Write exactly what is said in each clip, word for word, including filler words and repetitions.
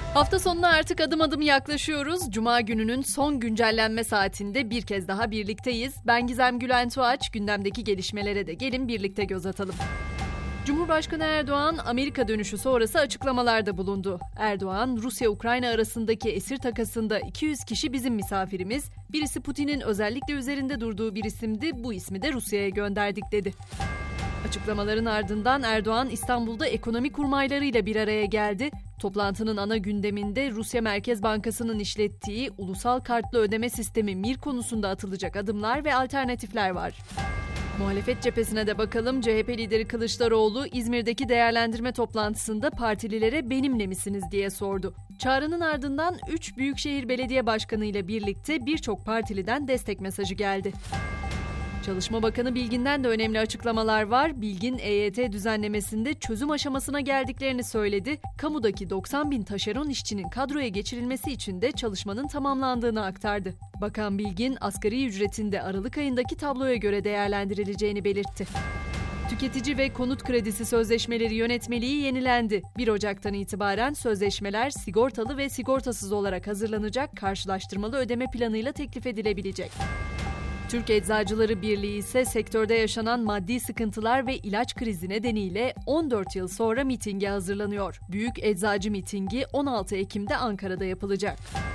Hafta sonuna artık adım adım yaklaşıyoruz. Cuma gününün son güncellenme saatinde bir kez daha birlikteyiz. Ben Gizem Gülen Tuğaç, gündemdeki gelişmelere de gelin birlikte göz atalım. Cumhurbaşkanı Erdoğan, Amerika dönüşü sonrası açıklamalarda bulundu. Erdoğan, Rusya-Ukrayna arasındaki esir takasında iki yüz kişi bizim misafirimiz, birisi Putin'in özellikle üzerinde durduğu bir isimdi, bu ismi de Rusya'ya gönderdik dedi. Açıklamaların ardından Erdoğan İstanbul'da ekonomi kurmaylarıyla bir araya geldi. Toplantının ana gündeminde Rusya Merkez Bankası'nın işlettiği ulusal kartlı ödeme sistemi MİR konusunda atılacak adımlar ve alternatifler var. Muhalefet cephesine de bakalım. C H P lideri Kılıçdaroğlu İzmir'deki değerlendirme toplantısında partililere benimle misiniz diye sordu. Çağrının ardından üç büyükşehir belediye başkanı ile birlikte birçok partiliden destek mesajı geldi. Çalışma Bakanı Bilgin'den de önemli açıklamalar var. Bilgin, E Y T düzenlemesinde çözüm aşamasına geldiklerini söyledi. Kamudaki doksan bin taşeron işçinin kadroya geçirilmesi için de çalışmanın tamamlandığını aktardı. Bakan Bilgin, asgari ücretin de Aralık ayındaki tabloya göre değerlendirileceğini belirtti. Tüketici ve konut kredisi sözleşmeleri yönetmeliği yenilendi. bir Ocak'tan itibaren sözleşmeler sigortalı ve sigortasız olarak hazırlanacak, karşılaştırmalı ödeme planıyla teklif edilebilecek. Türk Eczacıları Birliği ise sektörde yaşanan maddi sıkıntılar ve ilaç krizi nedeniyle on dört yıl sonra mitinge hazırlanıyor. Büyük Eczacı mitingi on altı Ekim'de Ankara'da yapılacak.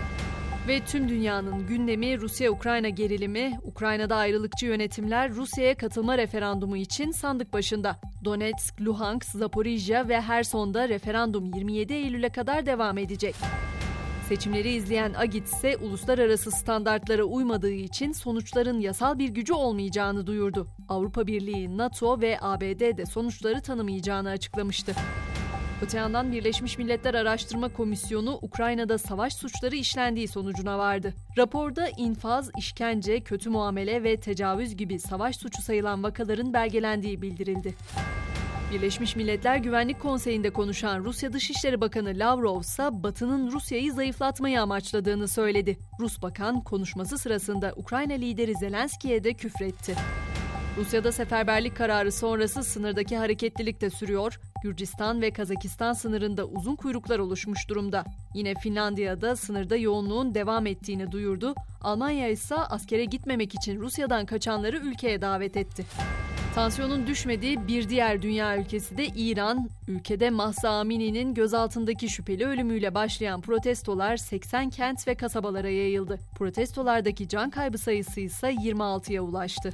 Ve tüm dünyanın gündemi Rusya-Ukrayna gerilimi. Ukrayna'da ayrılıkçı yönetimler Rusya'ya katılma referandumu için sandık başında. Donetsk, Luhansk, Zaporijya ve Herson'da referandum yirmi yedi Eylül'e kadar devam edecek. Seçimleri izleyen Agit ise uluslararası standartlara uymadığı için sonuçların yasal bir gücü olmayacağını duyurdu. Avrupa Birliği, NATO ve A B D de sonuçları tanımayacağını açıklamıştı. Öte yandan Birleşmiş Milletler Araştırma Komisyonu Ukrayna'da savaş suçları işlendiği sonucuna vardı. Raporda infaz, işkence, kötü muamele ve tecavüz gibi savaş suçu sayılan vakaların belgelendiği bildirildi. Birleşmiş Milletler Güvenlik Konseyi'nde konuşan Rusya Dışişleri Bakanı Lavrov ise Batı'nın Rusya'yı zayıflatmayı amaçladığını söyledi. Rus bakan konuşması sırasında Ukrayna lideri Zelenski'ye de küfretti. Rusya'da seferberlik kararı sonrası sınırdaki hareketlilik de sürüyor. Gürcistan ve Kazakistan sınırında uzun kuyruklar oluşmuş durumda. Yine Finlandiya'da sınırda yoğunluğun devam ettiğini duyurdu. Almanya ise askere gitmemek için Rusya'dan kaçanları ülkeye davet etti. Tansiyonun düşmediği bir diğer dünya ülkesi de İran. Ülkede Mahsa Amini'nin gözaltındaki şüpheli ölümüyle başlayan protestolar seksen kent ve kasabalara yayıldı. Protestolardaki can kaybı sayısı ise yirmi altıya ulaştı.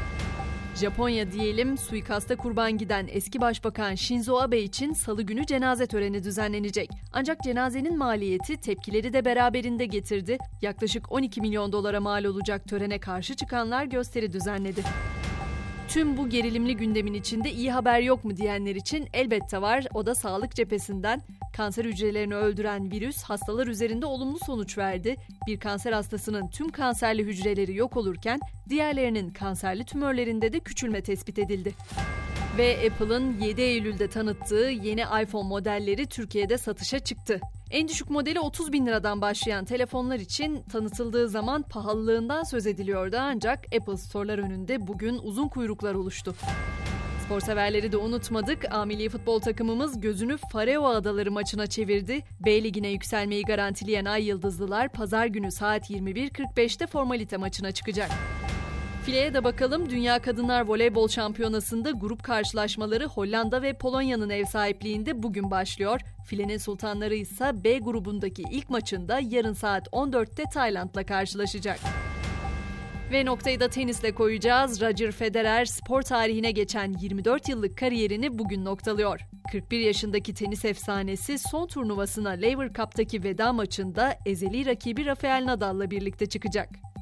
Japonya diyelim, suikasta kurban giden eski başbakan Shinzo Abe için salı günü cenaze töreni düzenlenecek. Ancak cenazenin maliyeti tepkileri de beraberinde getirdi. Yaklaşık on iki milyon dolara mal olacak törene karşı çıkanlar gösteri düzenledi. Tüm bu gerilimli gündemin içinde iyi haber yok mu diyenler için elbette var. O da sağlık cephesinden. Kanser hücrelerini öldüren virüs hastalar üzerinde olumlu sonuç verdi. Bir kanser hastasının tüm kanserli hücreleri yok olurken diğerlerinin kanserli tümörlerinde de küçülme tespit edildi. Ve Apple'ın yedi Eylül'de tanıttığı yeni iPhone modelleri Türkiye'de satışa çıktı. En düşük modeli otuz bin liradan başlayan telefonlar için tanıtıldığı zaman pahalılığından söz ediliyordu ancak Apple Store'lar önünde bugün uzun kuyruklar oluştu. Spor severleri de unutmadık. A Milli Futbol takımımız gözünü Faroe Adaları maçına çevirdi. B Ligi'ne yükselmeyi garantileyen Ay Yıldızlılar pazar günü saat yirmi bir kırk beşte formalite maçına çıkacak. Fileye de bakalım. Dünya Kadınlar Voleybol Şampiyonası'nda grup karşılaşmaları Hollanda ve Polonya'nın ev sahipliğinde bugün başlıyor. Filenin sultanları ise B grubundaki ilk maçında yarın saat on dörtte Tayland'la karşılaşacak. Ve noktayı da tenisle koyacağız. Roger Federer spor tarihine geçen yirmi dört yıllık kariyerini bugün noktalıyor. kırk bir yaşındaki tenis efsanesi son turnuvasına Laver Cup'taki veda maçında ezeli rakibi Rafael Nadal'la birlikte çıkacak.